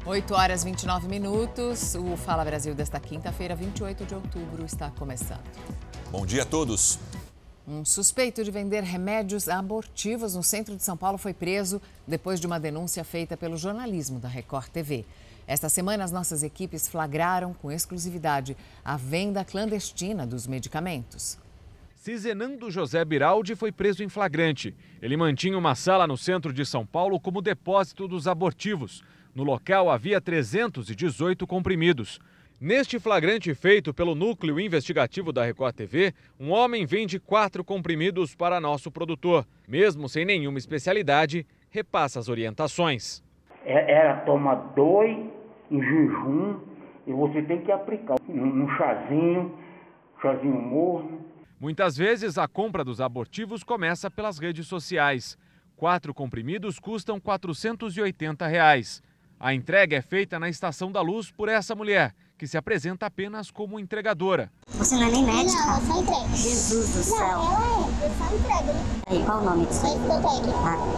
8h29. O Fala Brasil desta quinta-feira, 28 de outubro, está começando. Bom dia a todos. Um suspeito de vender remédios abortivos no centro de São Paulo foi preso depois de uma denúncia feita pelo jornalismo da Record TV. Esta semana, as nossas equipes flagraram com exclusividade a venda clandestina dos medicamentos. Cizenando José Biraldi foi preso em flagrante. Ele mantinha uma sala no centro de São Paulo como depósito dos abortivos. No local havia 318 comprimidos. Neste flagrante feito pelo núcleo investigativo da Record TV, um homem vende 4 comprimidos para nosso produtor. Mesmo sem nenhuma especialidade, repassa as orientações. Ela toma 2 em jejum e você tem que aplicar num chazinho morno. Muitas vezes a compra dos abortivos começa pelas redes sociais. 4 comprimidos custam R$ 480. A entrega é feita na Estação da Luz por essa mulher, que se apresenta apenas como entregadora. Você não é nem médica? Não, eu só entrego. Jesus do céu. Não, eu só entrego. E qual o nome disso? Escutei.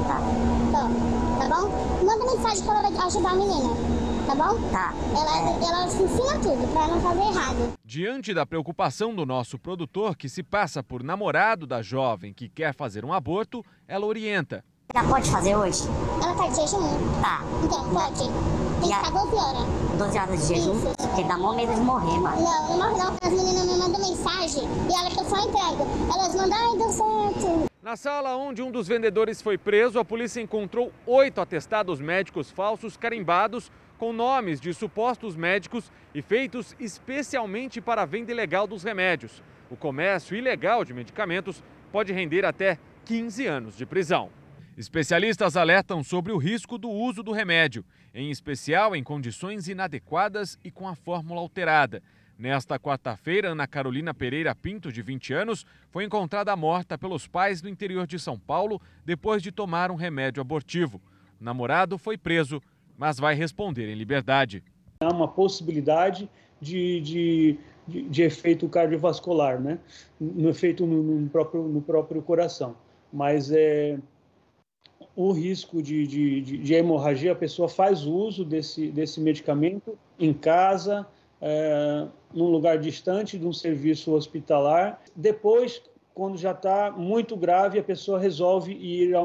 Tá bom? Manda mensagem para ela ajudar a menina, tá bom? Tá. Ela ensina tudo, para não fazer errado. Diante da preocupação do nosso produtor, que se passa por namorado da jovem que quer fazer um aborto, ela orienta. Já pode fazer hoje? Ela tá de jejum? Tá. Então, pode. Tem que ficar 12 horas. 12 horas de jejum? Isso. Porque dá mó medo de morrer, mano. Não morre não. As meninas me mandam mensagem e ela que eu só entrego. Elas mandam, ai, deu certo. Na sala onde um dos vendedores foi preso, a polícia encontrou 8 atestados médicos falsos carimbados com nomes de supostos médicos e feitos especialmente para a venda ilegal dos remédios. O comércio ilegal de medicamentos pode render até 15 anos de prisão. Especialistas alertam sobre o risco do uso do remédio, em especial em condições inadequadas e com a fórmula alterada. Nesta quarta-feira, Ana Carolina Pereira Pinto, de 20 anos, foi encontrada morta pelos pais no interior de São Paulo depois de tomar um remédio abortivo. O namorado foi preso, mas vai responder em liberdade. Há uma possibilidade de efeito cardiovascular, né? No efeito no próprio coração. Mas o risco de hemorragia, a pessoa faz uso desse medicamento em casa, num lugar distante de um serviço hospitalar. Depois, quando já está muito grave, a pessoa resolve ir a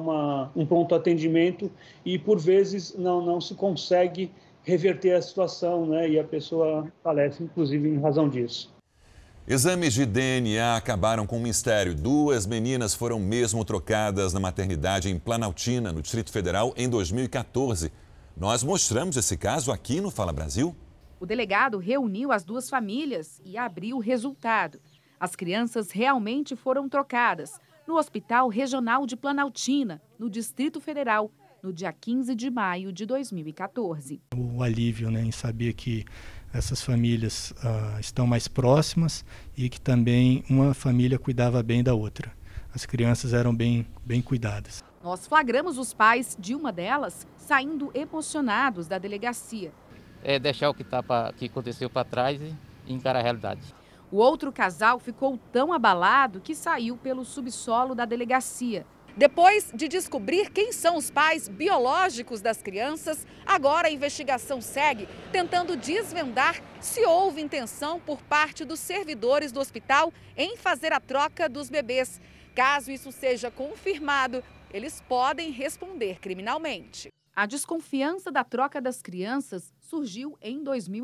um pronto atendimento e, por vezes, não se consegue reverter a situação, né? E a pessoa falece, inclusive, em razão disso. Exames de DNA acabaram com um mistério. 2 meninas foram mesmo trocadas na maternidade em Planaltina, no Distrito Federal, em 2014. Nós mostramos esse caso aqui no Fala Brasil. O delegado reuniu as 2 famílias e abriu o resultado. As crianças realmente foram trocadas no Hospital Regional de Planaltina, no Distrito Federal, no dia 15 de maio de 2014. O alívio, né, em saber que essas famílias estão mais próximas e que também uma família cuidava bem da outra. As crianças eram bem cuidadas. Nós flagramos os pais de uma delas saindo emocionados da delegacia. Deixar o que aconteceu para trás e encarar a realidade. O outro casal ficou tão abalado que saiu pelo subsolo da delegacia. Depois de descobrir quem são os pais biológicos das crianças, agora a investigação segue tentando desvendar se houve intenção por parte dos servidores do hospital em fazer a troca dos bebês. Caso isso seja confirmado, eles podem responder criminalmente. A desconfiança da troca das crianças surgiu em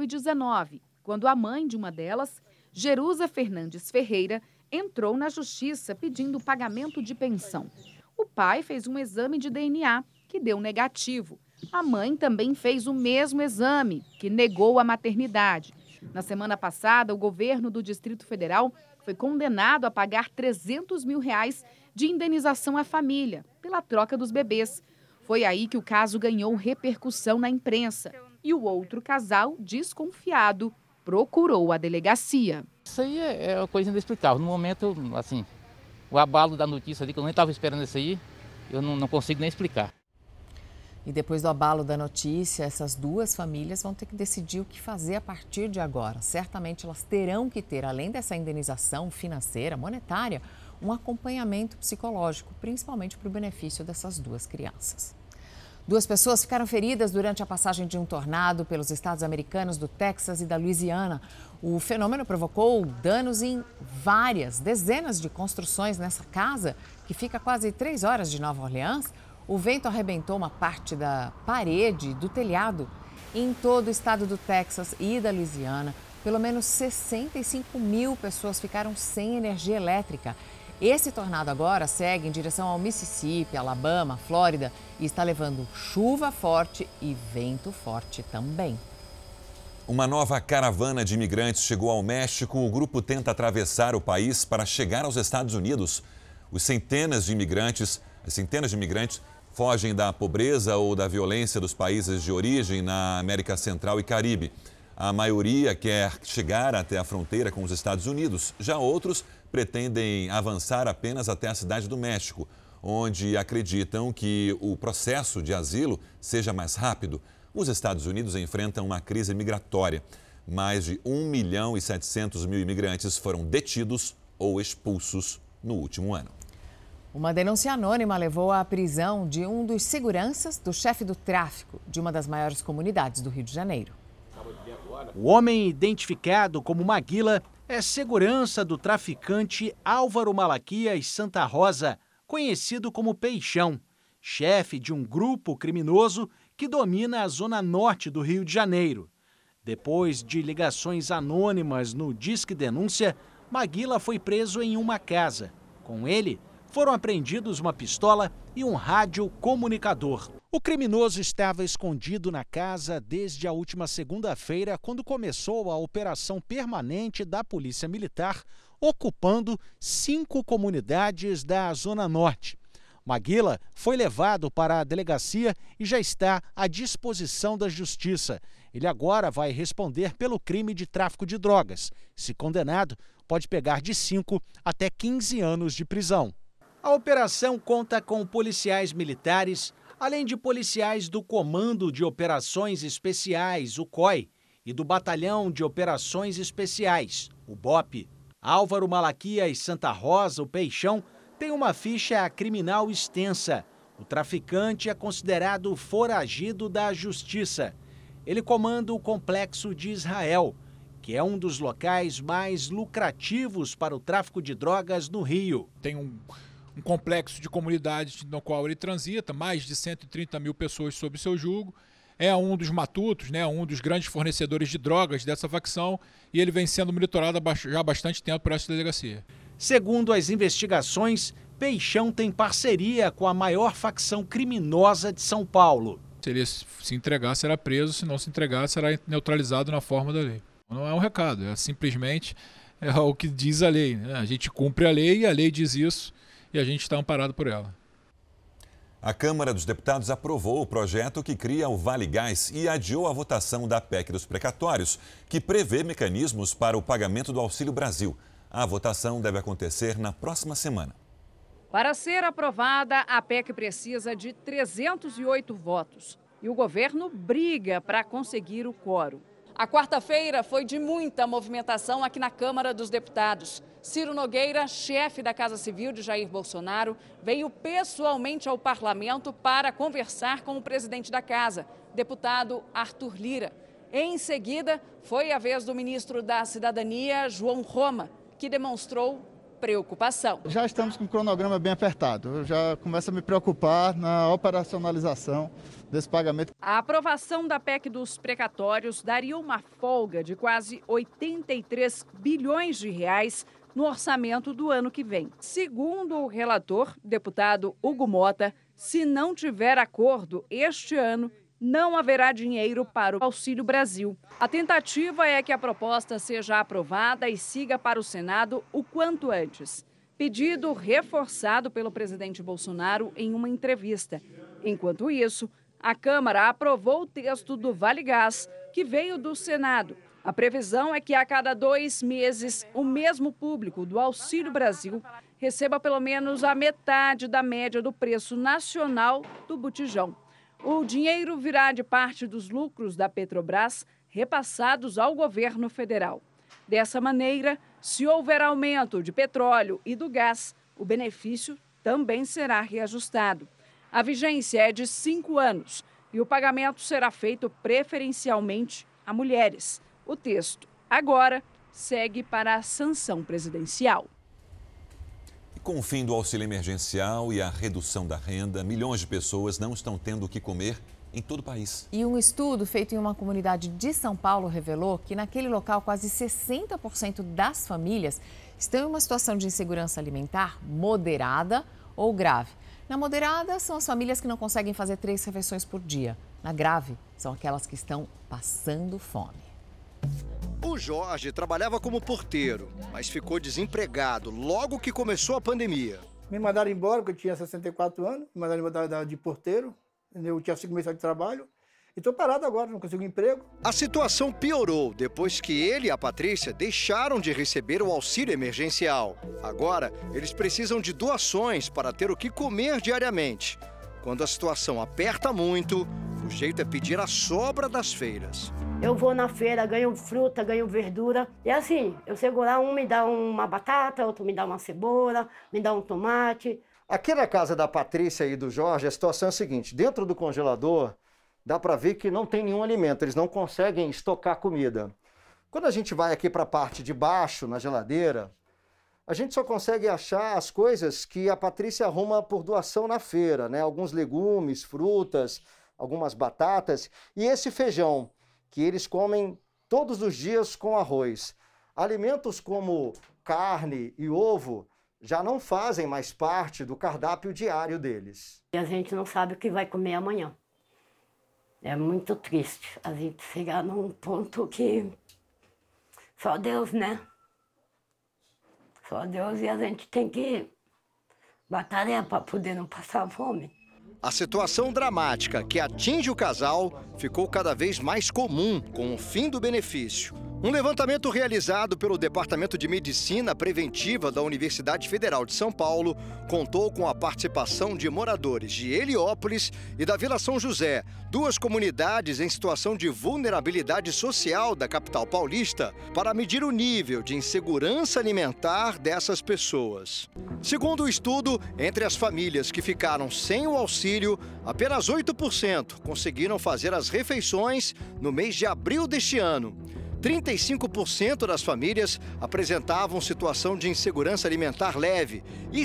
2019, quando a mãe de uma delas, Jerusa Fernandes Ferreira, entrou na justiça pedindo pagamento de pensão. O pai fez um exame de DNA, que deu negativo. A mãe também fez o mesmo exame, que negou a maternidade. Na semana passada, o governo do Distrito Federal foi condenado a pagar R$300 mil de indenização à família pela troca dos bebês. Foi aí que o caso ganhou repercussão na imprensa. E o outro casal, desconfiado, procurou a delegacia. Isso aí é uma coisa inexplicável. No momento, assim, o abalo da notícia ali, que eu nem estava esperando isso aí, eu não consigo nem explicar. E depois do abalo da notícia, essas 2 famílias vão ter que decidir o que fazer a partir de agora. Certamente elas terão que ter, além dessa indenização financeira, monetária, um acompanhamento psicológico, principalmente para o benefício dessas 2 crianças. 2 pessoas ficaram feridas durante a passagem de um tornado pelos estados americanos do Texas e da Louisiana. O fenômeno provocou danos em dezenas de construções nessa casa, que fica a quase 3 horas de Nova Orleans. O vento arrebentou uma parte da parede do telhado. Em todo o estado do Texas e da Louisiana, pelo menos 65 mil pessoas ficaram sem energia elétrica. Esse tornado agora segue em direção ao Mississippi, Alabama, Flórida e está levando chuva forte e vento forte também. Uma nova caravana de imigrantes chegou ao México. O grupo tenta atravessar o país para chegar aos Estados Unidos. As centenas de imigrantes fogem da pobreza ou da violência dos países de origem na América Central e Caribe. A maioria quer chegar até a fronteira com os Estados Unidos. Já outros pretendem avançar apenas até a Cidade do México, onde acreditam que o processo de asilo seja mais rápido. Os Estados Unidos enfrentam uma crise migratória. Mais de 1.700.000 imigrantes foram detidos ou expulsos no último ano. Uma denúncia anônima levou à prisão de um dos seguranças do chefe do tráfico de uma das maiores comunidades do Rio de Janeiro. O homem identificado como Maguila é segurança do traficante Álvaro Malaquias Santa Rosa, conhecido como Peixão, chefe de um grupo criminoso que domina a zona norte do Rio de Janeiro. Depois de ligações anônimas no Disque Denúncia, Maguila foi preso em uma casa. Com ele, foram apreendidos uma pistola e um rádio comunicador. O criminoso estava escondido na casa desde a última segunda-feira, quando começou a operação permanente da Polícia Militar, ocupando 5 comunidades da Zona Norte. Maguila foi levado para a delegacia e já está à disposição da Justiça. Ele agora vai responder pelo crime de tráfico de drogas. Se condenado, pode pegar de 5 até 15 anos de prisão. A operação conta com policiais militares, além de policiais do Comando de Operações Especiais, o COI, e do Batalhão de Operações Especiais, o BOP. Álvaro Malaquias Santa Rosa, o Peixão, tem uma ficha criminal extensa. O traficante é considerado foragido da Justiça. Ele comanda o Complexo de Israel, que é um dos locais mais lucrativos para o tráfico de drogas no Rio. Tem um complexo de comunidades no qual ele transita, mais de 130 mil pessoas sob seu jugo. É um dos matutos, um dos grandes fornecedores de drogas dessa facção, e ele vem sendo monitorado já há bastante tempo por essa delegacia. Segundo as investigações, Peixão tem parceria com a maior facção criminosa de São Paulo. Se ele se entregar, será preso. Se não se entregar, será neutralizado na forma da lei. Não é um recado, é simplesmente o que diz a lei. A gente cumpre a lei e a lei diz isso e a gente está amparado por ela. A Câmara dos Deputados aprovou o projeto que cria o Vale Gás e adiou a votação da PEC dos precatórios, que prevê mecanismos para o pagamento do Auxílio Brasil. A votação deve acontecer na próxima semana. Para ser aprovada, a PEC precisa de 308 votos. E o governo briga para conseguir o quórum. A quarta-feira foi de muita movimentação aqui na Câmara dos Deputados. Ciro Nogueira, chefe da Casa Civil de Jair Bolsonaro, veio pessoalmente ao parlamento para conversar com o presidente da Casa, deputado Arthur Lira. Em seguida, foi a vez do ministro da Cidadania, João Roma, que demonstrou preocupação. Já estamos com o cronograma bem apertado. Eu já começo a me preocupar na operacionalização desse pagamento. A aprovação da PEC dos precatórios daria uma folga de quase 83 bilhões de reais no orçamento do ano que vem. Segundo o relator, deputado Hugo Mota, se não tiver acordo este ano, não haverá dinheiro para o Auxílio Brasil. A tentativa é que a proposta seja aprovada e siga para o Senado o quanto antes. Pedido reforçado pelo presidente Bolsonaro em uma entrevista. Enquanto isso, a Câmara aprovou o texto do Vale Gás, que veio do Senado. A previsão é que a cada 2 meses, o mesmo público do Auxílio Brasil receba pelo menos a metade da média do preço nacional do botijão. O dinheiro virá de parte dos lucros da Petrobras repassados ao governo federal. Dessa maneira, se houver aumento de petróleo e do gás, o benefício também será reajustado. A vigência é de 5 anos e o pagamento será feito preferencialmente a mulheres. O texto, agora, segue para a sanção presidencial. Com o fim do auxílio emergencial e a redução da renda, milhões de pessoas não estão tendo o que comer em todo o país. E um estudo feito em uma comunidade de São Paulo revelou que naquele local quase 60% das famílias estão em uma situação de insegurança alimentar moderada ou grave. Na moderada, são as famílias que não conseguem fazer 3 refeições por dia. Na grave, são aquelas que estão passando fome. O Jorge trabalhava como porteiro, mas ficou desempregado logo que começou a pandemia. Me mandaram embora, porque eu tinha 64 anos, me mandaram embora de porteiro, eu tinha 5 meses de trabalho. E estou parado agora, não consigo emprego. A situação piorou depois que ele e a Patrícia deixaram de receber o auxílio emergencial. Agora, eles precisam de doações para ter o que comer diariamente. Quando a situação aperta muito, o jeito é pedir a sobra das feiras. Eu vou na feira, ganho fruta, ganho verdura. E assim, eu segurar, um me dá uma batata, outro me dá uma cebola, me dá um tomate. Aqui na casa da Patrícia e do Jorge, a situação é a seguinte: dentro do congelador, dá para ver que não tem nenhum alimento, eles não conseguem estocar comida. Quando a gente vai aqui para a parte de baixo, na geladeira, a gente só consegue achar as coisas que a Patrícia arruma por doação na feira, né? Alguns legumes, frutas, algumas batatas e esse feijão, que eles comem todos os dias com arroz. Alimentos como carne e ovo já não fazem mais parte do cardápio diário deles. E a gente não sabe o que vai comer amanhã. É muito triste a gente chegar num ponto que só Deus, né? Só Deus, e a gente tem que batalhar para poder não passar fome. A situação dramática que atinge o casal ficou cada vez mais comum com o fim do benefício. Um levantamento realizado pelo Departamento de Medicina Preventiva da Universidade Federal de São Paulo contou com a participação de moradores de Heliópolis e da Vila São José, 2 comunidades em situação de vulnerabilidade social da capital paulista, para medir o nível de insegurança alimentar dessas pessoas. Segundo o estudo, entre as famílias que ficaram sem o auxílio, apenas 8% conseguiram fazer as refeições no mês de abril deste ano. 35% das famílias apresentavam situação de insegurança alimentar leve e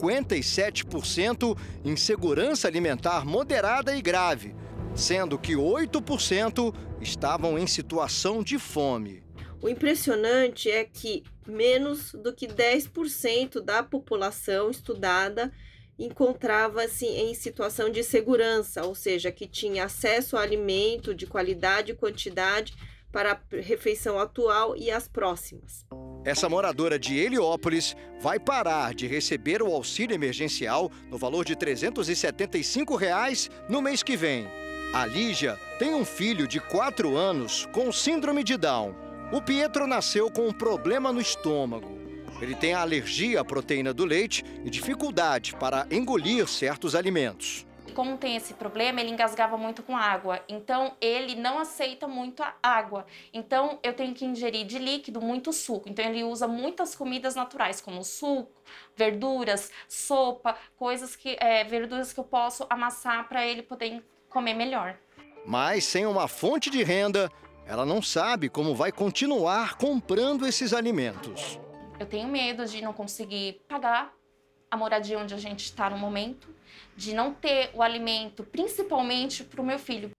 57% insegurança alimentar moderada e grave, sendo que 8% estavam em situação de fome. O impressionante é que menos do que 10% da população estudada encontrava-se em situação de segurança, ou seja, que tinha acesso a alimento de qualidade e quantidade para a refeição atual e as próximas. Essa moradora de Heliópolis vai parar de receber o auxílio emergencial no valor de R$ 375 no mês que vem. A Lígia tem um filho de 4 anos com síndrome de Down. O Pietro nasceu com um problema no estômago. Ele tem alergia à proteína do leite e dificuldade para engolir certos alimentos. Como tem esse problema, ele engasgava muito com água, então ele não aceita muito a água. Então eu tenho que ingerir de líquido muito suco. Então ele usa muitas comidas naturais, como suco, verduras, sopa, verduras que eu posso amassar para ele poder comer melhor. Mas sem uma fonte de renda, ela não sabe como vai continuar comprando esses alimentos. Eu tenho medo de não conseguir pagar a moradia onde a gente está no momento, de não ter o alimento, principalmente para o meu filho.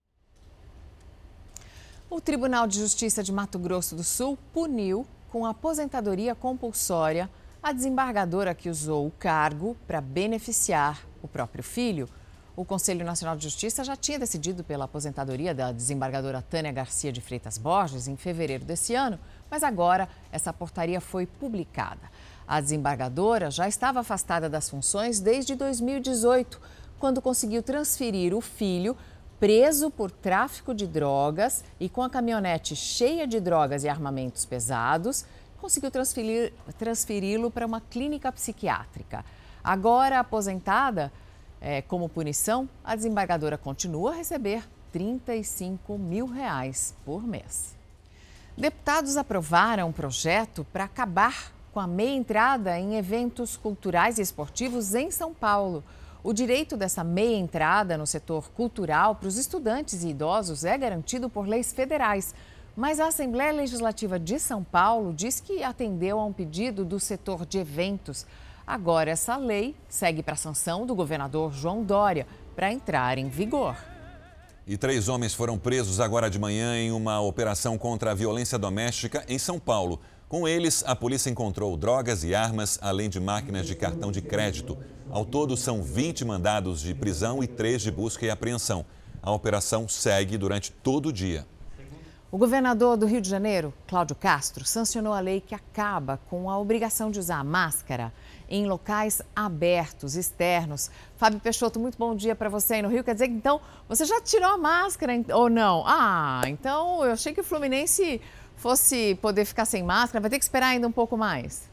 O Tribunal de Justiça de Mato Grosso do Sul puniu com aposentadoria compulsória a desembargadora que usou o cargo para beneficiar o próprio filho. O Conselho Nacional de Justiça já tinha decidido pela aposentadoria da desembargadora Tânia Garcia de Freitas Borges em fevereiro desse ano, mas agora essa portaria foi publicada. A desembargadora já estava afastada das funções desde 2018, quando conseguiu transferir o filho preso por tráfico de drogas e com a caminhonete cheia de drogas e armamentos pesados, conseguiu transferi-lo para uma clínica psiquiátrica. Agora aposentada, como punição, a desembargadora continua a receber R$ 35 mil por mês. Deputados aprovaram um projeto para acabar com a meia entrada em eventos culturais e esportivos em São Paulo. O direito dessa meia entrada no setor cultural para os estudantes e idosos é garantido por leis federais. Mas a Assembleia Legislativa de São Paulo diz que atendeu a um pedido do setor de eventos. Agora, essa lei segue para a sanção do governador João Dória para entrar em vigor. E 3 homens foram presos agora de manhã em uma operação contra a violência doméstica em São Paulo. Com eles, a polícia encontrou drogas e armas, além de máquinas de cartão de crédito. Ao todo, são 20 mandados de prisão e 3 de busca e apreensão. A operação segue durante todo o dia. O governador do Rio de Janeiro, Cláudio Castro, sancionou a lei que acaba com a obrigação de usar máscara em locais abertos, externos. Fábio Peixoto, muito bom dia para você aí no Rio. Quer dizer que, então, você já tirou a máscara ou não? Então eu achei que o Fluminense fosse poder ficar sem máscara. Vai ter que esperar ainda um pouco mais.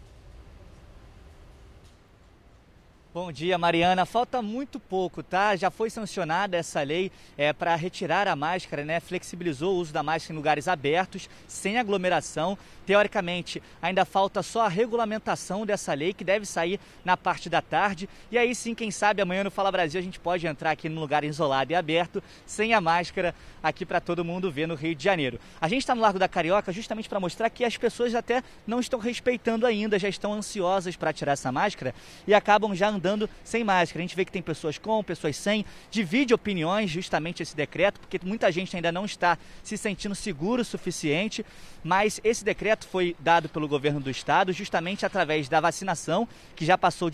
Bom dia, Mariana. Falta muito pouco, tá? Já foi sancionada essa lei para retirar a máscara, né? Flexibilizou o uso da máscara em lugares abertos, sem aglomeração. Teoricamente, ainda falta só a regulamentação dessa lei, que deve sair na parte da tarde. E aí sim, quem sabe, amanhã no Fala Brasil a gente pode entrar aqui num lugar isolado e aberto, sem a máscara, aqui para todo mundo ver no Rio de Janeiro. A gente está no Largo da Carioca justamente para mostrar que as pessoas até não estão respeitando ainda, já estão ansiosas para tirar essa máscara e acabam já andando sem máscara. A gente vê que tem pessoas com, pessoas sem, divide opiniões justamente esse decreto, porque muita gente ainda não está se sentindo seguro o suficiente, mas esse decreto foi dado pelo governo do estado justamente através da vacinação, que já passou de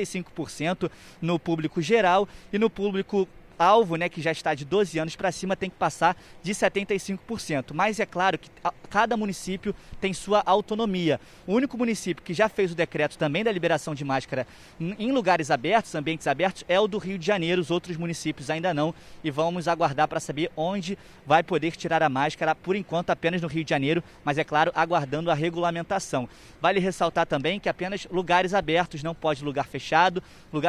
65% no público geral e no público alvo, né, que já está de 12 anos para cima, tem que passar de 75%. Mas é claro que cada município tem sua autonomia. O único município que já fez o decreto também da liberação de máscara em lugares abertos, ambientes abertos, é o do Rio de Janeiro. Os outros municípios ainda não. E vamos aguardar para saber onde vai poder tirar a máscara, por enquanto apenas no Rio de Janeiro, mas é claro, aguardando a regulamentação. Vale ressaltar também que apenas lugares abertos, não pode lugar fechado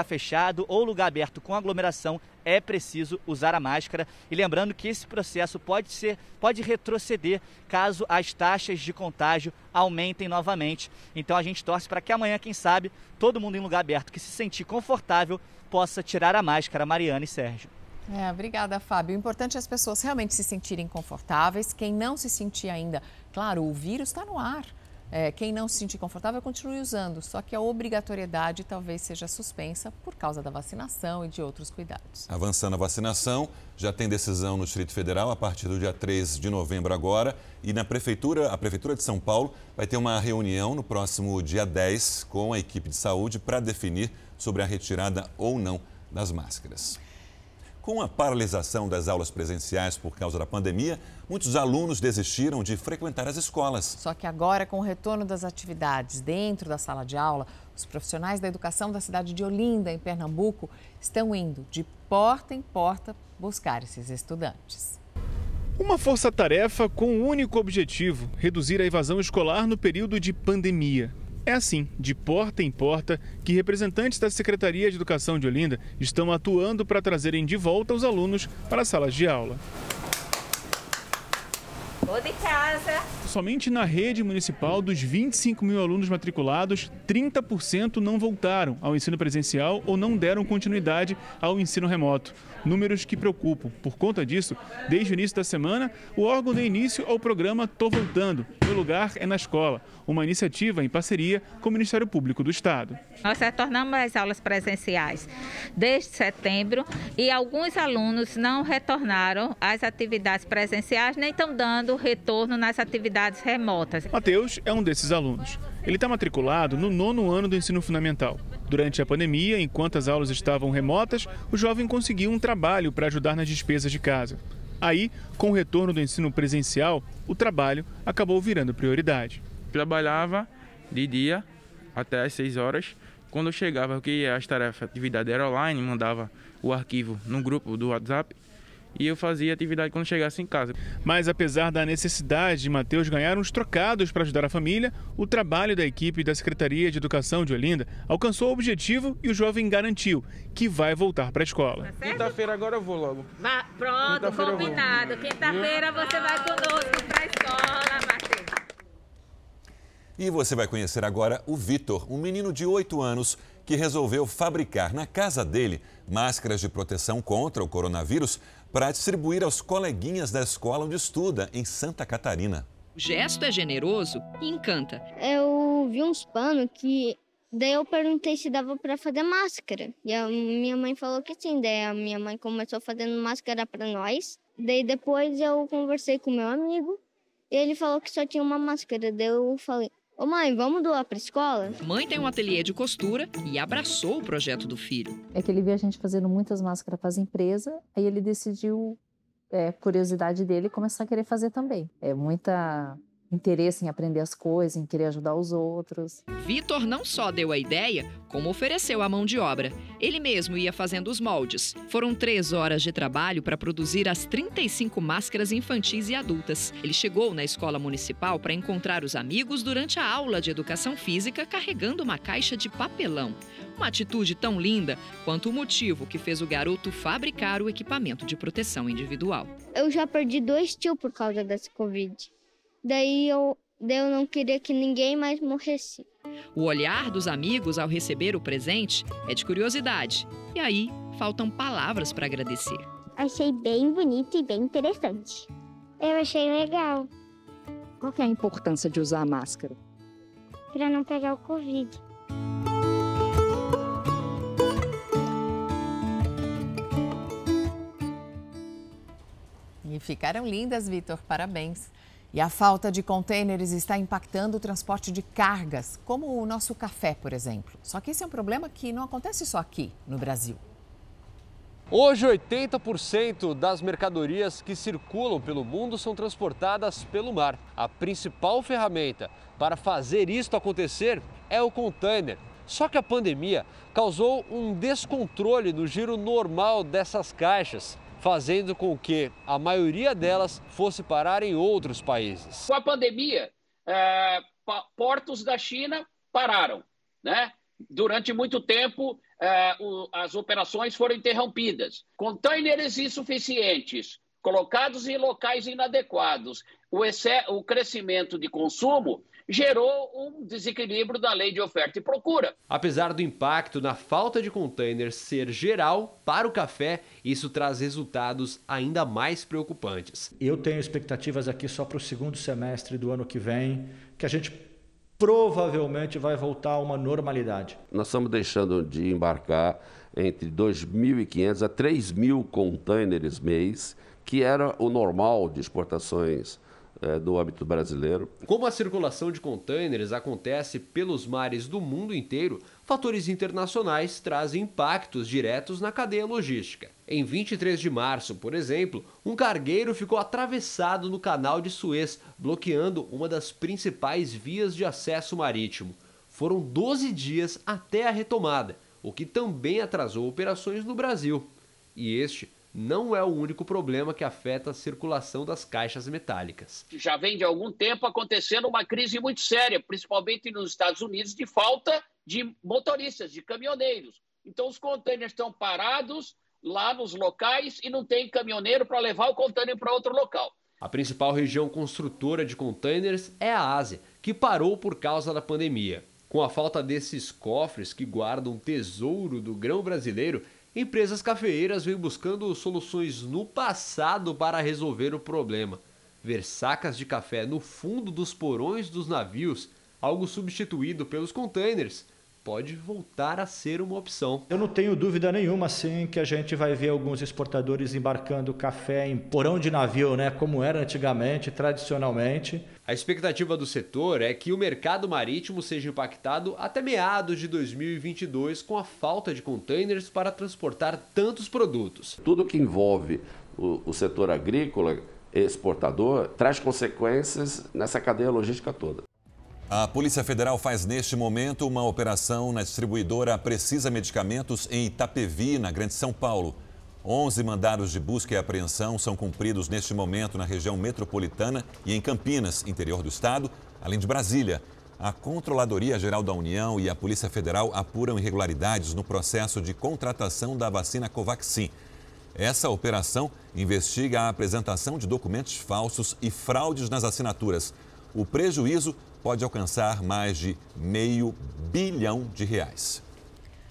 ou lugar aberto com aglomeração, é preciso usar a máscara. E lembrando que esse processo pode retroceder caso as taxas de contágio aumentem novamente. Então a gente torce para que amanhã, quem sabe, todo mundo em lugar aberto que se sentir confortável possa tirar a máscara. Mariana e Sérgio. Obrigada, Fábio. O importante é as pessoas realmente se sentirem confortáveis. Quem não se sentir ainda, claro, o vírus está no ar. Quem não se sentir confortável, continue usando. Só que a obrigatoriedade talvez seja suspensa por causa da vacinação e de outros cuidados. Avançando a vacinação, já tem decisão no Distrito Federal a partir do dia 3 de novembro agora. E a Prefeitura de São Paulo vai ter uma reunião no próximo dia 10 com a equipe de saúde para definir sobre a retirada ou não das máscaras. Com a paralisação das aulas presenciais por causa da pandemia, muitos alunos desistiram de frequentar as escolas. Só que agora, com o retorno das atividades dentro da sala de aula, os profissionais da educação da cidade de Olinda, em Pernambuco, estão indo de porta em porta buscar esses estudantes. Uma força-tarefa com um único objetivo: reduzir a evasão escolar no período de pandemia. É assim, de porta em porta, que representantes da Secretaria de Educação de Olinda estão atuando para trazerem de volta os alunos para as salas de aula. Vou de casa. Somente na rede municipal, dos 25 mil alunos matriculados, 30% não voltaram ao ensino presencial ou não deram continuidade ao ensino remoto. Números que preocupam. Por conta disso, desde o início da semana, o órgão deu início ao programa Tô Voltando, Meu Lugar é na Escola, uma iniciativa em parceria com o Ministério Público do Estado. Nós retornamos às aulas presenciais desde setembro e alguns alunos não retornaram às atividades presenciais, nem estão dando retorno nas atividades remotas. Matheus é um desses alunos. Ele está matriculado no 9º ano do ensino fundamental. Durante a pandemia, enquanto as aulas estavam remotas, o jovem conseguiu um trabalho para ajudar nas despesas de casa. Aí, com o retorno do ensino presencial, o trabalho acabou virando prioridade. Trabalhava de dia até às 6 horas. Quando eu chegava, que as tarefas, a atividade era online, mandava o arquivo no grupo do WhatsApp. E eu fazia atividade quando chegasse em casa. Mas apesar da necessidade de Matheus ganhar uns trocados para ajudar a família, o trabalho da equipe da Secretaria de Educação de Olinda alcançou o objetivo e o jovem garantiu que vai voltar para a escola. Quinta-feira agora eu vou logo. Pronto, combinado. Quinta-feira você vai conosco para a escola, Matheus. E você vai conhecer agora o Vitor, um menino de 8 anos que resolveu fabricar na casa dele máscaras de proteção contra o coronavírus para distribuir aos coleguinhas da escola onde estuda, em Santa Catarina. O gesto é generoso e encanta. Eu vi uns panos que... Daí eu perguntei se dava para fazer máscara. E a minha mãe falou que sim. Daí a minha mãe começou fazendo máscara para nós. Daí depois eu conversei com meu amigo. E ele falou que só tinha uma máscara. Daí eu falei, ô mãe, vamos doar para a escola? Mãe tem um ateliê de costura e abraçou o projeto do filho. É que ele viu a gente fazendo muitas máscaras para as empresas. Aí ele decidiu, curiosidade dele, começar a querer fazer também. É muita... interesse em aprender as coisas, em querer ajudar os outros. Vitor não só deu a ideia, como ofereceu a mão de obra. Ele mesmo ia fazendo os moldes. Foram 3 horas de trabalho para produzir as 35 máscaras infantis e adultas. Ele chegou na escola municipal para encontrar os amigos durante a aula de educação física carregando uma caixa de papelão. Uma atitude tão linda quanto o motivo que fez o garoto fabricar o equipamento de proteção individual. Eu já perdi 2 tios por causa dessa Covid. Daí eu não queria que ninguém mais morresse. O olhar dos amigos ao receber o presente é de curiosidade. E aí, faltam palavras para agradecer. Achei bem bonito e bem interessante. Eu achei legal. Qual que é a importância de usar a máscara? Para não pegar o Covid. E ficaram lindas, Vitor. Parabéns. E a falta de contêineres está impactando o transporte de cargas, como o nosso café, por exemplo. Só que esse é um problema que não acontece só aqui, no Brasil. Hoje, 80% das mercadorias que circulam pelo mundo são transportadas pelo mar. A principal ferramenta para fazer isto acontecer é o container. Só que a pandemia causou um descontrole no giro normal dessas caixas, fazendo com que a maioria delas fosse parar em outros países. Com a pandemia, portos da China pararam, né? Durante muito tempo, as operações foram interrompidas. Contêineres insuficientes, colocados em locais inadequados, o crescimento de consumo gerou um desequilíbrio da lei de oferta e procura. Apesar do impacto na falta de containers ser geral, para o café, isso traz resultados ainda mais preocupantes. Eu tenho expectativas aqui só para o segundo semestre do ano que vem, que a gente provavelmente vai voltar a uma normalidade. Nós estamos deixando de embarcar entre 2.500 a 3.000 containers mês, que era o normal de exportações do âmbito brasileiro. Como a circulação de contêineres acontece pelos mares do mundo inteiro, fatores internacionais trazem impactos diretos na cadeia logística. Em 23 de março, por exemplo, um cargueiro ficou atravessado no canal de Suez, bloqueando uma das principais vias de acesso marítimo. Foram 12 dias até a retomada, o que também atrasou operações no Brasil. E este não é o único problema que afeta a circulação das caixas metálicas. Já vem de algum tempo acontecendo uma crise muito séria, principalmente nos Estados Unidos, de falta de motoristas, de caminhoneiros. Então os contêineres estão parados lá nos locais e não tem caminhoneiro para levar o contêiner para outro local. A principal região construtora de contêineres é a Ásia, que parou por causa da pandemia. Com a falta desses cofres que guardam o tesouro do grão brasileiro, empresas cafeeiras vêm buscando soluções no passado para resolver o problema. Ver sacas de café no fundo dos porões dos navios, algo substituído pelos containers, pode voltar a ser uma opção. Eu não tenho dúvida nenhuma, sim, que a gente vai ver alguns exportadores embarcando café em porão de navio, né, como era antigamente, tradicionalmente. A expectativa do setor é que o mercado marítimo seja impactado até meados de 2022 com a falta de containers para transportar tantos produtos. Tudo que envolve o setor agrícola exportador traz consequências nessa cadeia logística toda. A Polícia Federal faz neste momento uma operação na distribuidora Precisa Medicamentos em Itapevi, na Grande São Paulo. 11 mandados de busca e apreensão são cumpridos neste momento na região metropolitana e em Campinas, interior do estado, além de Brasília. A Controladoria Geral da União e a Polícia Federal apuram irregularidades no processo de contratação da vacina Covaxin. Essa operação investiga a apresentação de documentos falsos e fraudes nas assinaturas. O prejuízo pode alcançar mais de R$500 milhão.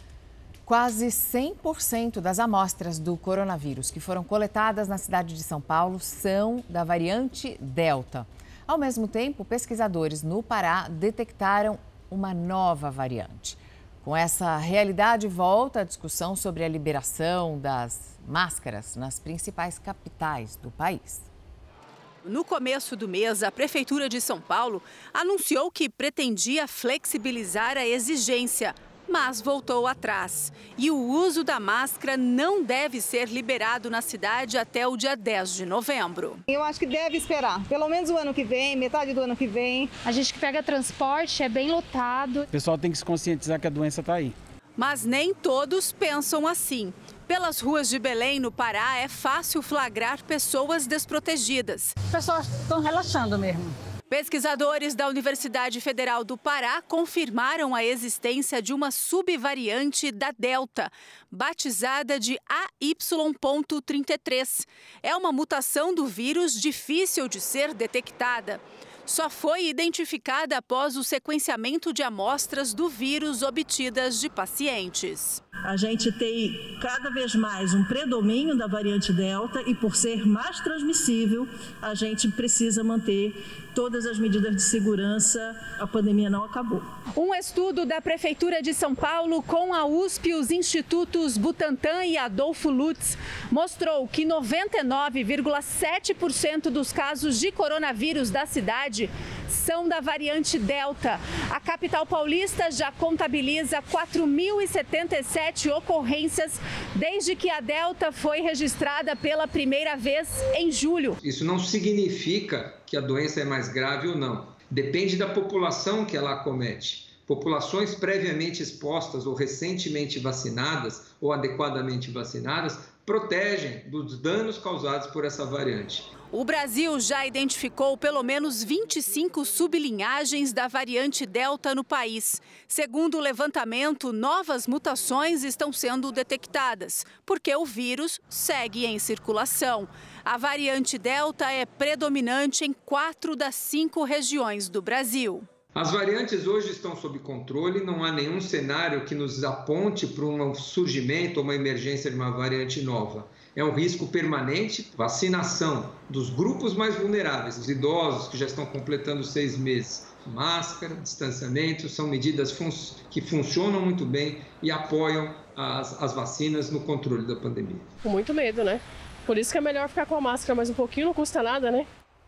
Quase 100% das amostras do coronavírus que foram coletadas na cidade de São Paulo são da variante Delta. Ao mesmo tempo, pesquisadores no Pará detectaram uma nova variante. Com essa realidade, volta a discussão sobre a liberação das máscaras nas principais capitais do país. No começo do mês, a Prefeitura de São Paulo anunciou que pretendia flexibilizar a exigência, mas voltou atrás. E o uso da máscara não deve ser liberado na cidade até o dia 10 de novembro. Eu acho que deve esperar, pelo menos o ano que vem, metade do ano que vem. A gente que pega transporte é bem lotado. O pessoal tem que se conscientizar que a doença está aí. Mas nem todos pensam assim. Pelas ruas de Belém, no Pará, é fácil flagrar pessoas desprotegidas. As pessoas estão relaxando mesmo. Pesquisadores da Universidade Federal do Pará confirmaram a existência de uma subvariante da Delta, batizada de AY.33. É uma mutação do vírus difícil de ser detectada. Só foi identificada após o sequenciamento de amostras do vírus obtidas de pacientes. A gente tem cada vez mais um predomínio da variante Delta e, por ser mais transmissível, a gente precisa manter todas as medidas de segurança. A pandemia não acabou. Um estudo da Prefeitura de São Paulo com a USP e os institutos Butantan e Adolfo Lutz mostrou que 99,7% dos casos de coronavírus da cidade são da variante Delta. A capital paulista já contabiliza 4.077 ocorrências desde que a Delta foi registrada pela primeira vez em julho. Isso não significa que a doença é mais grave ou não. Depende da população que ela acomete. Populações previamente expostas ou recentemente vacinadas ou adequadamente vacinadas protegem dos danos causados por essa variante. O Brasil já identificou pelo menos 25 sublinhagens da variante Delta no país. Segundo o levantamento, novas mutações estão sendo detectadas, porque o vírus segue em circulação. A variante Delta é predominante em 4 das 5 regiões do Brasil. As variantes hoje estão sob controle, não há nenhum cenário que nos aponte para um surgimento ou uma emergência de uma variante nova. É um risco permanente. Vacinação dos grupos mais vulneráveis, os idosos que já estão completando 6 meses. Máscara, distanciamento, são medidas que funcionam muito bem e apoiam as vacinas no controle da pandemia. Com muito medo, né? Por isso que é melhor ficar com a máscara mais um pouquinho, não custa nada, né?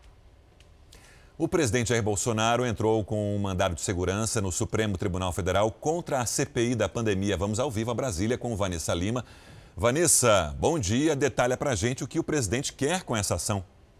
O presidente Jair Bolsonaro entrou com um mandado de segurança no Supremo Tribunal Federal contra a CPI da pandemia. Vamos ao vivo a Brasília com Vanessa Lima. Vanessa, bom dia. Detalha pra gente o que o presidente quer com essa ação.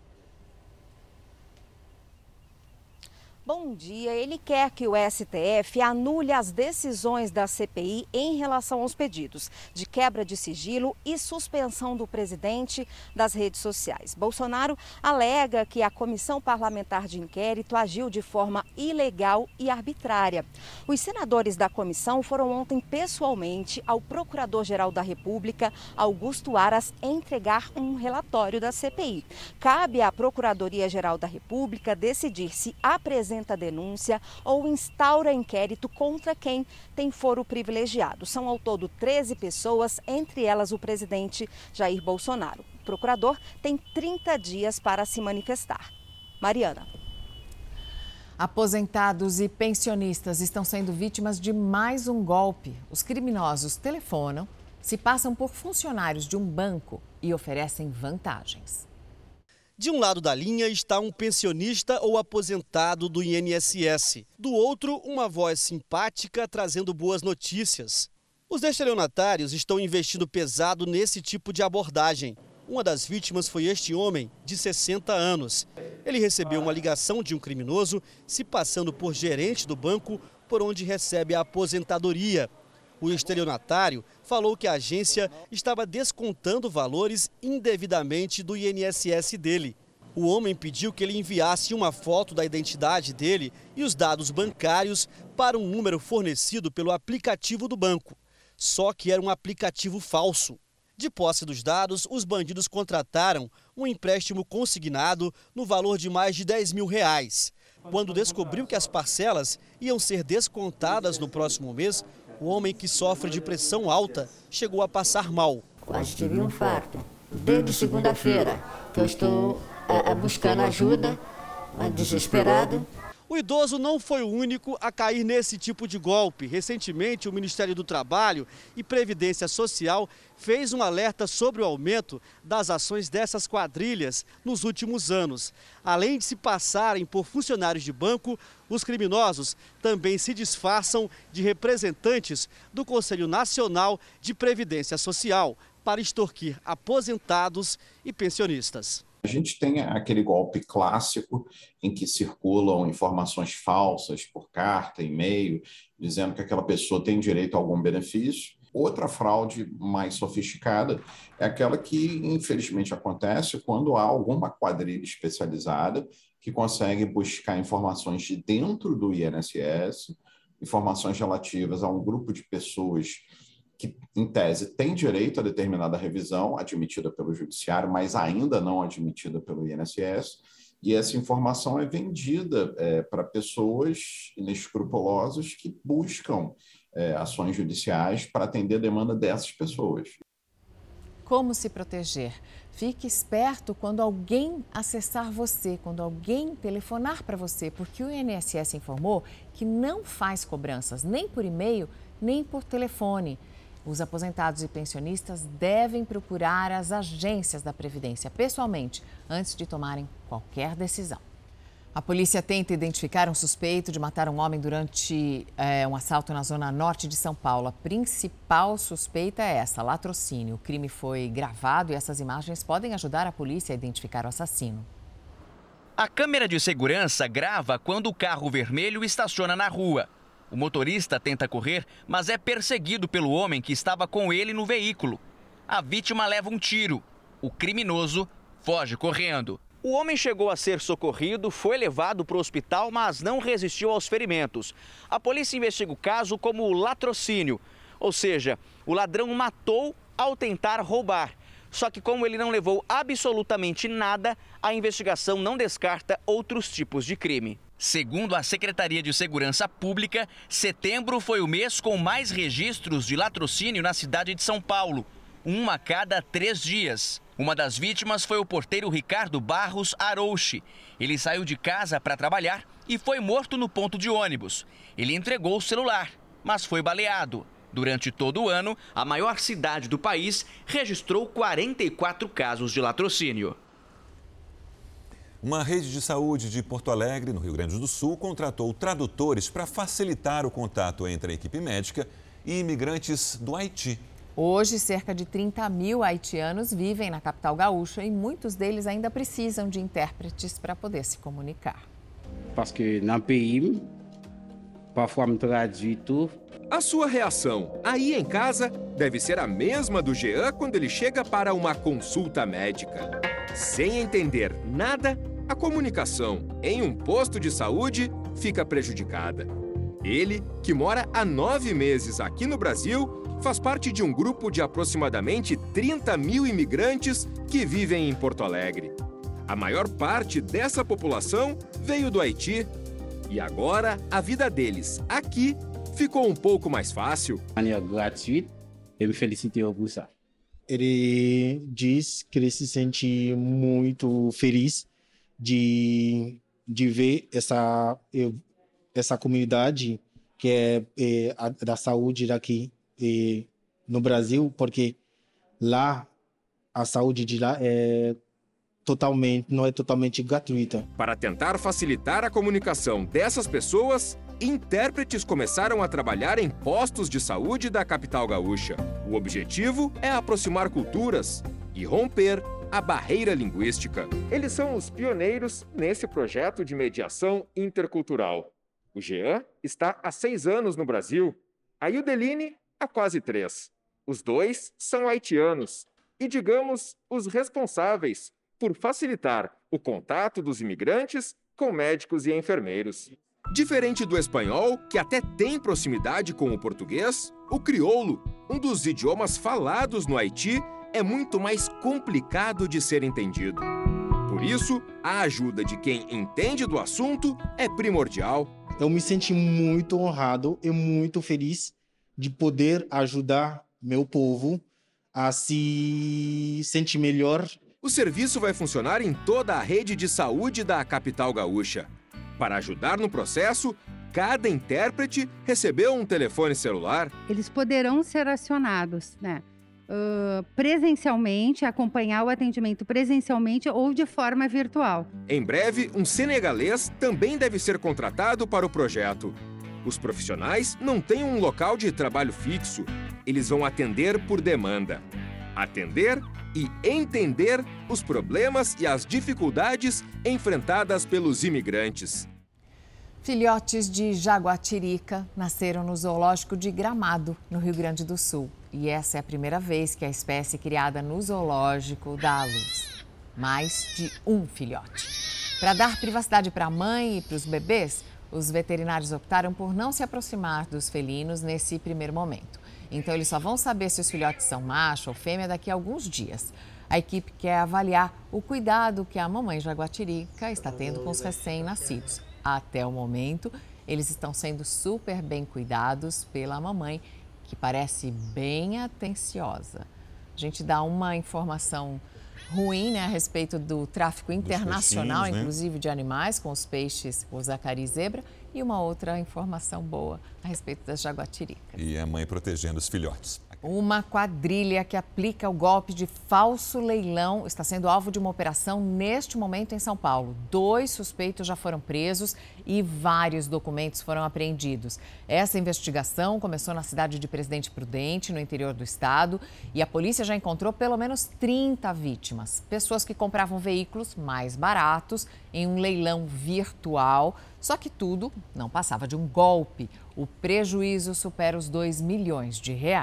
Bom dia. Ele quer que o STF anule as decisões da CPI em relação aos pedidos de quebra de sigilo e suspensão do presidente das redes sociais. Bolsonaro alega que a comissão parlamentar de inquérito agiu de forma ilegal e arbitrária. Os senadores da comissão foram ontem pessoalmente ao Procurador-Geral da República, Augusto Aras, entregar um relatório da CPI. Cabe à Procuradoria-Geral da República decidir se apresenta denúncia ou instaura inquérito contra quem tem foro privilegiado. São ao todo 13 pessoas, entre elas o presidente Jair Bolsonaro. O procurador tem 30 dias para se manifestar. Mariana. Aposentados e pensionistas estão sendo vítimas de mais um golpe. Os criminosos telefonam, se passam por funcionários de um banco e oferecem vantagens. De um lado da linha está um pensionista ou aposentado do INSS. Do outro, uma voz simpática trazendo boas notícias. Os estelionatários estão investindo pesado nesse tipo de abordagem. Uma das vítimas foi este homem, de 60 anos. Ele recebeu uma ligação de um criminoso se passando por gerente do banco por onde recebe a aposentadoria. O estelionatário falou que a agência estava descontando valores indevidamente do INSS dele. O homem pediu que ele enviasse uma foto da identidade dele e os dados bancários para um número fornecido pelo aplicativo do banco. Só que era um aplicativo falso. De posse dos dados, os bandidos contrataram um empréstimo consignado no valor de mais de R$10 mil. Quando descobriu que as parcelas iam ser descontadas no próximo mês, O homem que sofre de pressão alta chegou a passar mal. Quase tive um infarto. Desde segunda-feira que eu estou buscando ajuda, desesperado. O idoso não foi o único a cair nesse tipo de golpe. Recentemente, o Ministério do Trabalho e Previdência Social fez um alerta sobre o aumento das ações dessas quadrilhas nos últimos anos. Além de se passarem por funcionários de banco, os criminosos também se disfarçam de representantes do Conselho Nacional de Previdência Social para extorquir aposentados e pensionistas. A gente tem aquele golpe clássico em que circulam informações falsas por carta, e-mail, dizendo que aquela pessoa tem direito a algum benefício. Outra fraude mais sofisticada é aquela que, infelizmente, acontece quando há alguma quadrilha especializada que consegue buscar informações de dentro do INSS, informações relativas a um grupo de pessoas que, em tese, tem direito a determinada revisão admitida pelo judiciário, mas ainda não admitida pelo INSS, e essa informação é vendida para pessoas inescrupulosas que buscam ações judiciais para atender a demanda dessas pessoas. Como se proteger? Fique esperto quando alguém acessar você, quando alguém telefonar para você, porque o INSS informou que não faz cobranças nem por e-mail, nem por telefone. Os aposentados e pensionistas devem procurar as agências da Previdência pessoalmente antes de tomarem qualquer decisão. A polícia tenta identificar um suspeito de matar um homem durante um assalto na zona norte de São Paulo. A principal suspeita é essa, latrocínio. O crime foi gravado e essas imagens podem ajudar a polícia a identificar o assassino. A câmera de segurança grava quando o carro vermelho estaciona na rua. O motorista tenta correr, mas é perseguido pelo homem que estava com ele no veículo. A vítima leva um tiro. O criminoso foge correndo. O homem chegou a ser socorrido, foi levado para o hospital, mas não resistiu aos ferimentos. A polícia investiga o caso como latrocínio, ou seja, o ladrão matou ao tentar roubar. Só que como ele não levou absolutamente nada, a investigação não descarta outros tipos de crime. Segundo a Secretaria de Segurança Pública, setembro foi o mês com mais registros de latrocínio na cidade de São Paulo, uma a cada 3 dias. Uma das vítimas foi o porteiro Ricardo Barros Arouche. Ele saiu de casa para trabalhar e foi morto no ponto de ônibus. Ele entregou o celular, mas foi baleado. Durante todo o ano, a maior cidade do país registrou 44 casos de latrocínio. Uma rede de saúde de Porto Alegre, no Rio Grande do Sul, contratou tradutores para facilitar o contato entre a equipe médica e imigrantes do Haiti. Hoje, cerca de 30 mil haitianos vivem na capital gaúcha e muitos deles ainda precisam de intérpretes para poder se comunicar. Porque no país, parfois me traduz tudo. A sua reação aí em casa deve ser a mesma do Jean quando ele chega para uma consulta médica. Sem entender nada, a comunicação em um posto de saúde fica prejudicada. Ele, que mora há 9 meses aqui no Brasil, faz parte de um grupo de aproximadamente 30 mil imigrantes que vivem em Porto Alegre. A maior parte dessa população veio do Haiti. E agora, a vida deles aqui ficou um pouco mais fácil. De maneira gratuita, eu me felicitei por isso. Ele diz que ele se sente muito feliz de ver essa comunidade que é da saúde daqui no Brasil, porque lá a saúde de lá não é totalmente gratuita. Para tentar facilitar a comunicação dessas pessoas, intérpretes começaram a trabalhar em postos de saúde da capital gaúcha. O objetivo é aproximar culturas e romper a barreira linguística. Eles são os pioneiros nesse projeto de mediação intercultural. O Jean está há 6 anos no Brasil, a Yudeline há quase 3. Os dois são haitianos e, digamos, os responsáveis por facilitar o contato dos imigrantes com médicos e enfermeiros. Diferente do espanhol, que até tem proximidade com o português, o crioulo, um dos idiomas falados no Haiti, é muito mais complicado de ser entendido. Por isso, a ajuda de quem entende do assunto é primordial. Eu me senti muito honrado e muito feliz de poder ajudar meu povo a se sentir melhor. O serviço vai funcionar em toda a rede de saúde da capital gaúcha. Para ajudar no processo, cada intérprete recebeu um telefone celular. Eles poderão ser acionados, né? Presencialmente, acompanhar o atendimento presencialmente ou de forma virtual. Em breve, um senegalês também deve ser contratado para o projeto. Os profissionais não têm um local de trabalho fixo. Eles vão atender por demanda. Atender e entender os problemas e as dificuldades enfrentadas pelos imigrantes. Filhotes de jaguatirica nasceram no zoológico de Gramado, no Rio Grande do Sul. E essa é a primeira vez que a espécie criada no zoológico dá à luz. Mais de um filhote. Para dar privacidade para a mãe e para os bebês, os veterinários optaram por não se aproximar dos felinos nesse primeiro momento. Então, eles só vão saber se os filhotes são macho ou fêmea daqui a alguns dias. A equipe quer avaliar o cuidado que a mamãe jaguatirica está tendo com os recém-nascidos. Até o momento, eles estão sendo super bem cuidados pela mamãe, que parece bem atenciosa. A gente dá uma informação ruim, né, a respeito do tráfico internacional, inclusive de animais, com os peixes, o zacari zebra, e uma outra informação boa a respeito das jaguatiricas. E a mãe protegendo os filhotes. Uma quadrilha que aplica o golpe de falso leilão está sendo alvo de uma operação neste momento em São Paulo. 2 suspeitos já foram presos e vários documentos foram apreendidos. Essa investigação começou na cidade de Presidente Prudente, no interior do estado, e a polícia já encontrou pelo menos 30 vítimas. Pessoas que compravam veículos mais baratos em um leilão virtual, só que tudo não passava de um golpe. O prejuízo supera os R$2 milhões.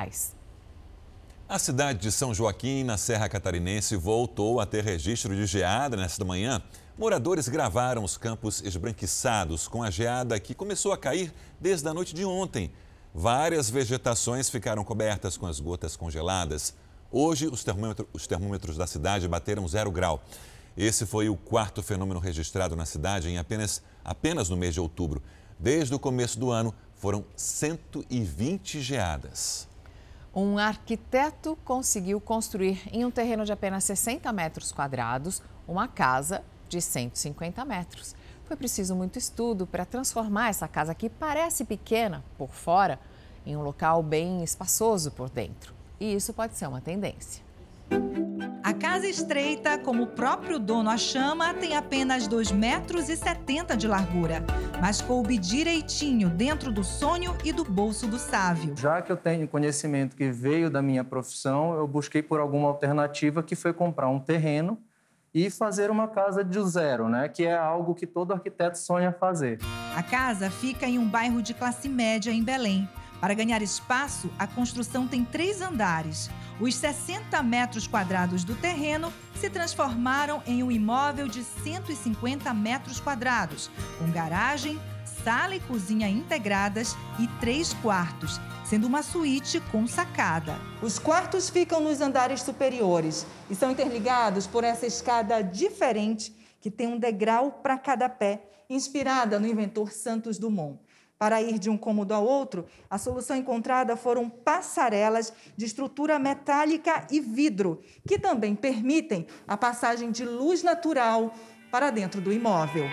A cidade de São Joaquim, na Serra Catarinense, voltou a ter registro de geada nesta manhã. Moradores gravaram os campos esbranquiçados com a geada que começou a cair desde a noite de ontem. Várias vegetações ficaram cobertas com as gotas congeladas. Hoje, os termômetros da cidade bateram 0 grau. Esse foi o 4º fenômeno registrado na cidade em apenas no mês de outubro. Desde o começo do ano, foram 120 geadas. Um arquiteto conseguiu construir em um terreno de apenas 60 metros quadrados uma casa de 150 metros. Foi preciso muito estudo para transformar essa casa que parece pequena por fora em um local bem espaçoso por dentro. E isso pode ser uma tendência. A casa estreita, como o próprio dono a chama, tem apenas 2,70 metros de largura, mas coube direitinho dentro do sonho e do bolso do Sávio. Já que eu tenho conhecimento que veio da minha profissão, eu busquei por alguma alternativa, que foi comprar um terreno e fazer uma casa do zero, né? Que é algo que todo arquiteto sonha fazer. A casa fica em um bairro de classe média em Belém. Para ganhar espaço, a construção tem 3 andares. Os 60 metros quadrados do terreno se transformaram em um imóvel de 150 metros quadrados, com garagem, sala e cozinha integradas e 3 quartos, sendo uma suíte com sacada. Os quartos ficam nos andares superiores e são interligados por essa escada diferente que tem um degrau para cada pé, inspirada no inventor Santos Dumont. Para ir de um cômodo ao outro, a solução encontrada foram passarelas de estrutura metálica e vidro, que também permitem a passagem de luz natural para dentro do imóvel.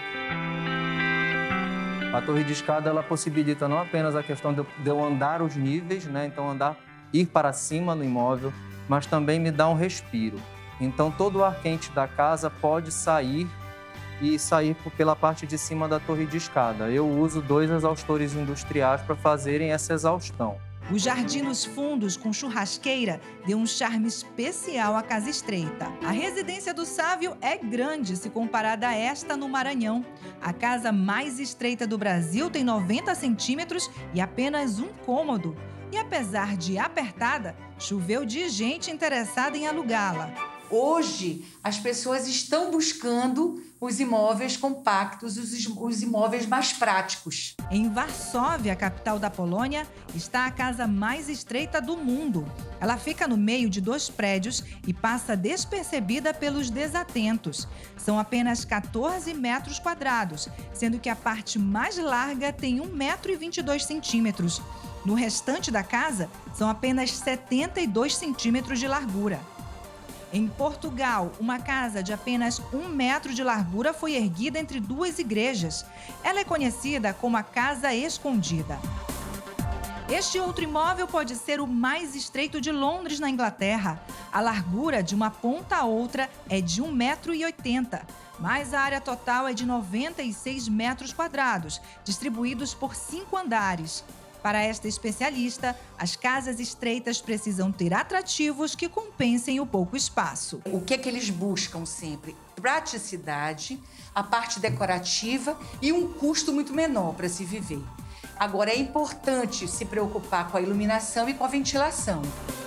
A torre de escada ela possibilita não apenas a questão de eu andar os níveis, né? Então ir para cima no imóvel, mas também me dá um respiro. Então todo o ar quente da casa pode sair pela parte de cima da torre de escada. Eu uso 2 exaustores industriais para fazerem essa exaustão. O jardim nos fundos com churrasqueira deu um charme especial à casa estreita. A residência do Sávio é grande se comparada a esta no Maranhão. A casa mais estreita do Brasil tem 90 centímetros e apenas um cômodo. E apesar de apertada, choveu de gente interessada em alugá-la. Hoje, as pessoas estão buscando os imóveis compactos, os imóveis mais práticos. Em Varsóvia, capital da Polônia, está a casa mais estreita do mundo. Ela fica no meio de 2 prédios e passa despercebida pelos desatentos. São apenas 14 metros quadrados, sendo que a parte mais larga tem 1,22 metros. No restante da casa, são apenas 72 centímetros de largura. Em Portugal, uma casa de apenas 1 metro de largura foi erguida entre 2 igrejas. Ela é conhecida como a Casa Escondida. Este outro imóvel pode ser o mais estreito de Londres, na Inglaterra. A largura de uma ponta a outra é de 1,80 m, mas a área total é de 96 metros quadrados, distribuídos por 5 andares. Para esta especialista, as casas estreitas precisam ter atrativos que compensem o pouco espaço. O que é que eles buscam sempre? Praticidade, a parte decorativa e um custo muito menor para se viver. Agora, é importante se preocupar com a iluminação e com a ventilação.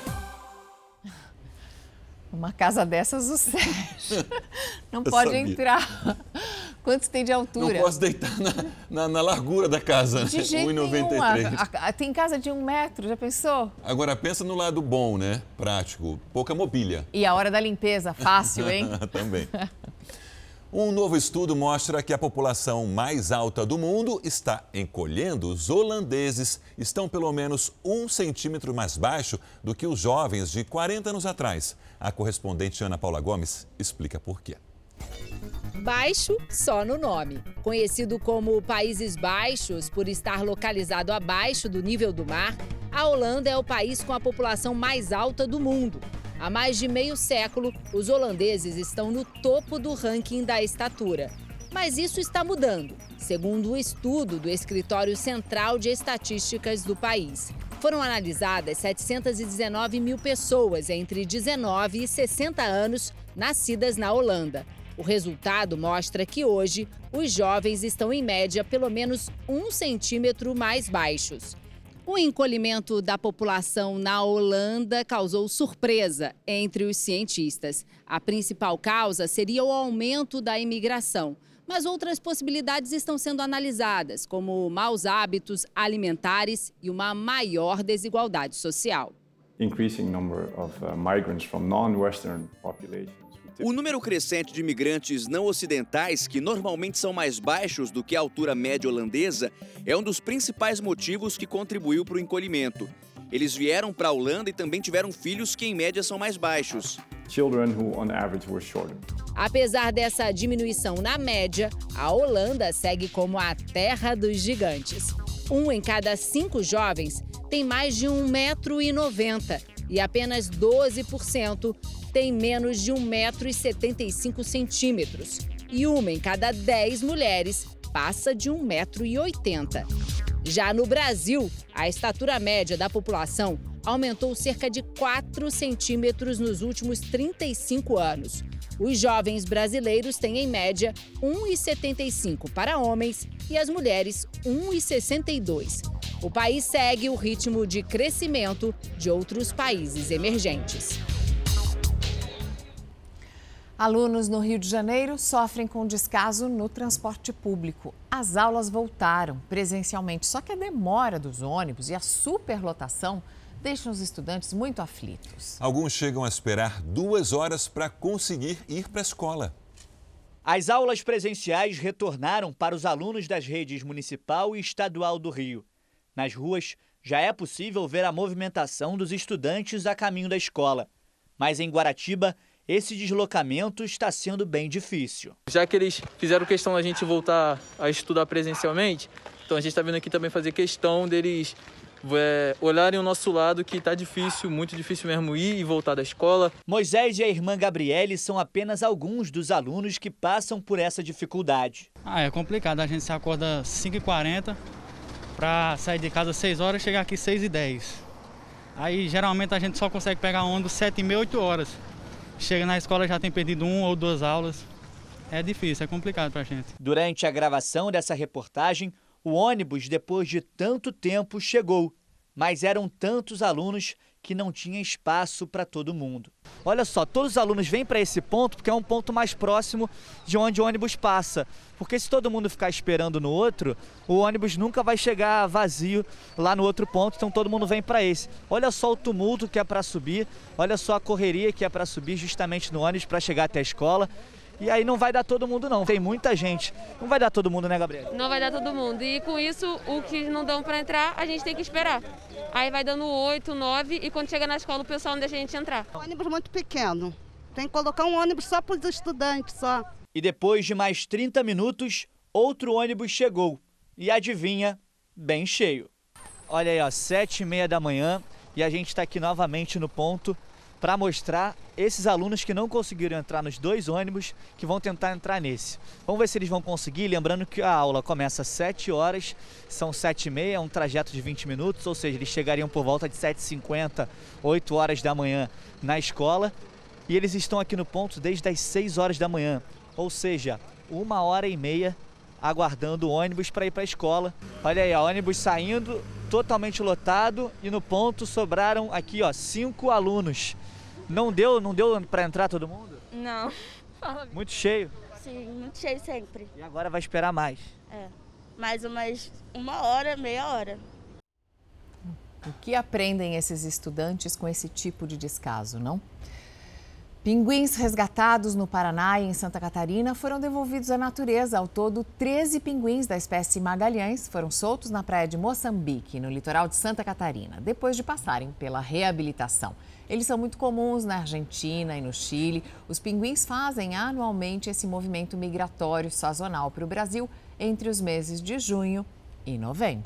Uma casa dessas, o Sérgio não pode entrar. Quanto tem de altura? Não posso deitar na largura da casa, de né? jeito 1,93. Tem casa de 1 metro, já pensou? Agora, pensa no lado bom, né? Prático, pouca mobília. E a hora da limpeza, fácil, hein? Também. Um novo estudo mostra que a população mais alta do mundo está encolhendo. Os holandeses estão pelo menos 1 centímetro mais baixo do que os jovens de 40 anos atrás. A correspondente Ana Paula Gomes explica por quê. Baixo só no nome. Conhecido como Países Baixos por estar localizado abaixo do nível do mar, a Holanda é o país com a população mais alta do mundo. Há mais de meio século, os holandeses estão no topo do ranking da estatura. Mas isso está mudando, segundo o estudo do Escritório Central de Estatísticas do país. Foram analisadas 719 mil pessoas entre 19 e 60 anos nascidas na Holanda. O resultado mostra que hoje os jovens estão em média pelo menos 1 centímetro mais baixos. O encolhimento da população na Holanda causou surpresa entre os cientistas. A principal causa seria o aumento da imigração, mas outras possibilidades estão sendo analisadas, como maus hábitos alimentares e uma maior desigualdade social. Increasing number of migrants from non-Western populations. O número crescente de imigrantes não ocidentais, que normalmente são mais baixos do que a altura média holandesa, é um dos principais motivos que contribuiu para o encolhimento. Eles vieram para a Holanda e também tiveram filhos que, em média, são mais baixos. Children who, on average, were shorter. Apesar dessa diminuição na média, a Holanda segue como a terra dos gigantes. 1 em cada 5 jovens tem mais de 1,90 m e apenas 12% tem menos de 1,75 m. E 1 em cada 10 mulheres passa de 1,80 m. Já no Brasil, a estatura média da população aumentou cerca de 4 centímetros nos últimos 35 anos. Os jovens brasileiros têm, em média, 1,75 para homens e as mulheres 1,62. O país segue o ritmo de crescimento de outros países emergentes. Alunos no Rio de Janeiro sofrem com descaso no transporte público. As aulas voltaram presencialmente, só que a demora dos ônibus e a superlotação deixam os estudantes muito aflitos. Alguns chegam a esperar 2 horas para conseguir ir para a escola. As aulas presenciais retornaram para os alunos das redes municipal e estadual do Rio. Nas ruas, já é possível ver a movimentação dos estudantes a caminho da escola. Mas em Guaratiba, esse deslocamento está sendo bem difícil. Já que eles fizeram questão da gente voltar a estudar presencialmente, então a gente está vindo aqui também fazer questão deles olharem o nosso lado, que está difícil, muito difícil mesmo ir e voltar da escola. Moisés e a irmã Gabriele são apenas alguns dos alunos que passam por essa dificuldade. É complicado, a gente se acorda às 5h40 para sair de casa às 6 horas e chegar aqui às 6h10. Aí geralmente a gente só consegue pegar ônibus 7h30, 8 horas. Chega na escola já tem perdido 1 ou 2 aulas. É difícil, é complicado para a gente. Durante a gravação dessa reportagem, o ônibus, depois de tanto tempo, chegou. Mas eram tantos alunos que não tinha espaço para todo mundo. Olha só, todos os alunos vêm para esse ponto porque é um ponto mais próximo de onde o ônibus passa. Porque se todo mundo ficar esperando no outro, o ônibus nunca vai chegar vazio lá no outro ponto, então todo mundo vem para esse. Olha só o tumulto que é para subir, olha só a correria que é para subir justamente no ônibus para chegar até a escola. E aí não vai dar todo mundo não, tem muita gente. Não vai dar todo mundo, né, Gabriela? Não vai dar todo mundo. E com isso, o que não dão para entrar, a gente tem que esperar. Aí vai dando 8, 9 e quando chega na escola o pessoal não deixa a gente entrar. Ônibus muito pequeno. Tem que colocar um ônibus só para os estudantes, só. E depois de mais 30 minutos, outro ônibus chegou. E adivinha, bem cheio. Olha aí, ó, 7h30 da manhã e a gente está aqui novamente no ponto para mostrar esses alunos que não conseguiram entrar nos 2 ônibus que vão tentar entrar nesse. Vamos ver se eles vão conseguir, lembrando que a aula começa às 7 horas, são 7h30, é um trajeto de 20 minutos, ou seja, eles chegariam por volta de 7h50, 8 horas da manhã na escola. E eles estão aqui no ponto desde as 6 horas da manhã, ou seja, 1h30 aguardando o ônibus para ir para a escola. Olha aí, ó, ônibus saindo, totalmente lotado e no ponto sobraram aqui, ó, 5 alunos. Não deu para entrar todo mundo? Não. Muito cheio? Sim, muito cheio sempre. E agora vai esperar mais? É, mais uma hora, meia hora. O que aprendem esses estudantes com esse tipo de descaso, não? Pinguins resgatados no Paraná e em Santa Catarina foram devolvidos à natureza. Ao todo, 13 pinguins da espécie Magalhães foram soltos na praia de Moçambique, no litoral de Santa Catarina, depois de passarem pela reabilitação. Eles são muito comuns na Argentina e no Chile. Os pinguins fazem anualmente esse movimento migratório sazonal para o Brasil entre os meses de junho e novembro.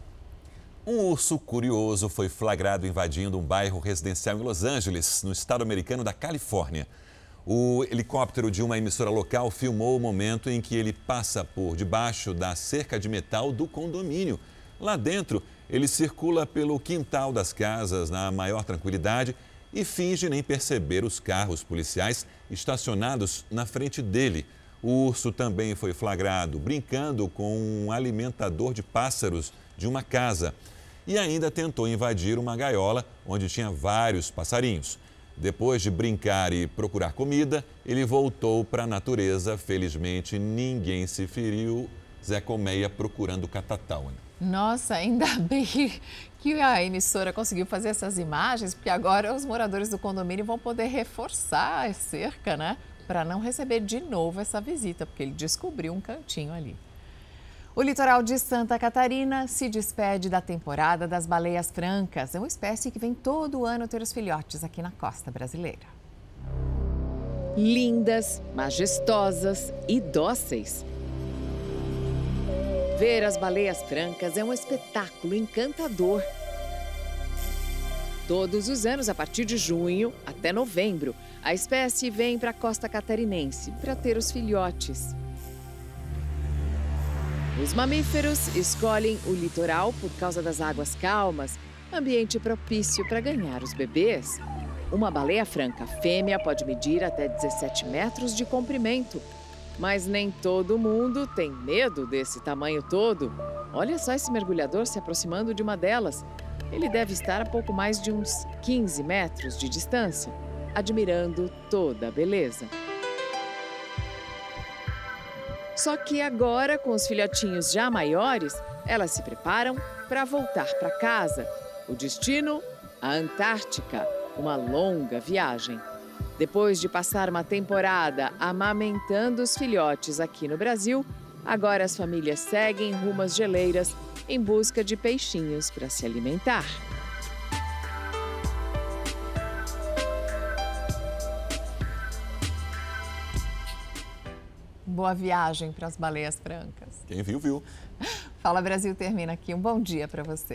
Um urso curioso foi flagrado invadindo um bairro residencial em Los Angeles, no estado americano da Califórnia. O helicóptero de uma emissora local filmou o momento em que ele passa por debaixo da cerca de metal do condomínio. Lá dentro, ele circula pelo quintal das casas na maior tranquilidade e finge nem perceber os carros policiais estacionados na frente dele. O urso também foi flagrado brincando com um alimentador de pássaros de uma casa e ainda tentou invadir uma gaiola onde tinha vários passarinhos. Depois de brincar e procurar comida, ele voltou para a natureza. Felizmente, ninguém se feriu. Zé Colmeia procurando o catatal. Nossa, ainda bem que a emissora conseguiu fazer essas imagens, porque agora os moradores do condomínio vão poder reforçar a cerca, né? Para não receber de novo essa visita, porque ele descobriu um cantinho ali. O litoral de Santa Catarina se despede da temporada das baleias francas. É uma espécie que vem todo ano ter os filhotes aqui na costa brasileira. Lindas, majestosas e dóceis. Ver as baleias francas é um espetáculo encantador. Todos os anos, a partir de junho até novembro, a espécie vem para a costa catarinense para ter os filhotes. Os mamíferos escolhem o litoral por causa das águas calmas, ambiente propício para ganhar os bebês. Uma baleia franca fêmea pode medir até 17 metros de comprimento. Mas nem todo mundo tem medo desse tamanho todo. Olha só esse mergulhador se aproximando de uma delas. Ele deve estar a pouco mais de uns 15 metros de distância, admirando toda a beleza. Só que agora, com os filhotinhos já maiores, elas se preparam para voltar para casa. O destino? A Antártica, uma longa viagem. Depois de passar uma temporada amamentando os filhotes aqui no Brasil, agora as famílias seguem rumo às geleiras em busca de peixinhos para se alimentar. Boa viagem para as baleias francas. Quem viu, viu. Fala Brasil termina aqui. Um bom dia para você.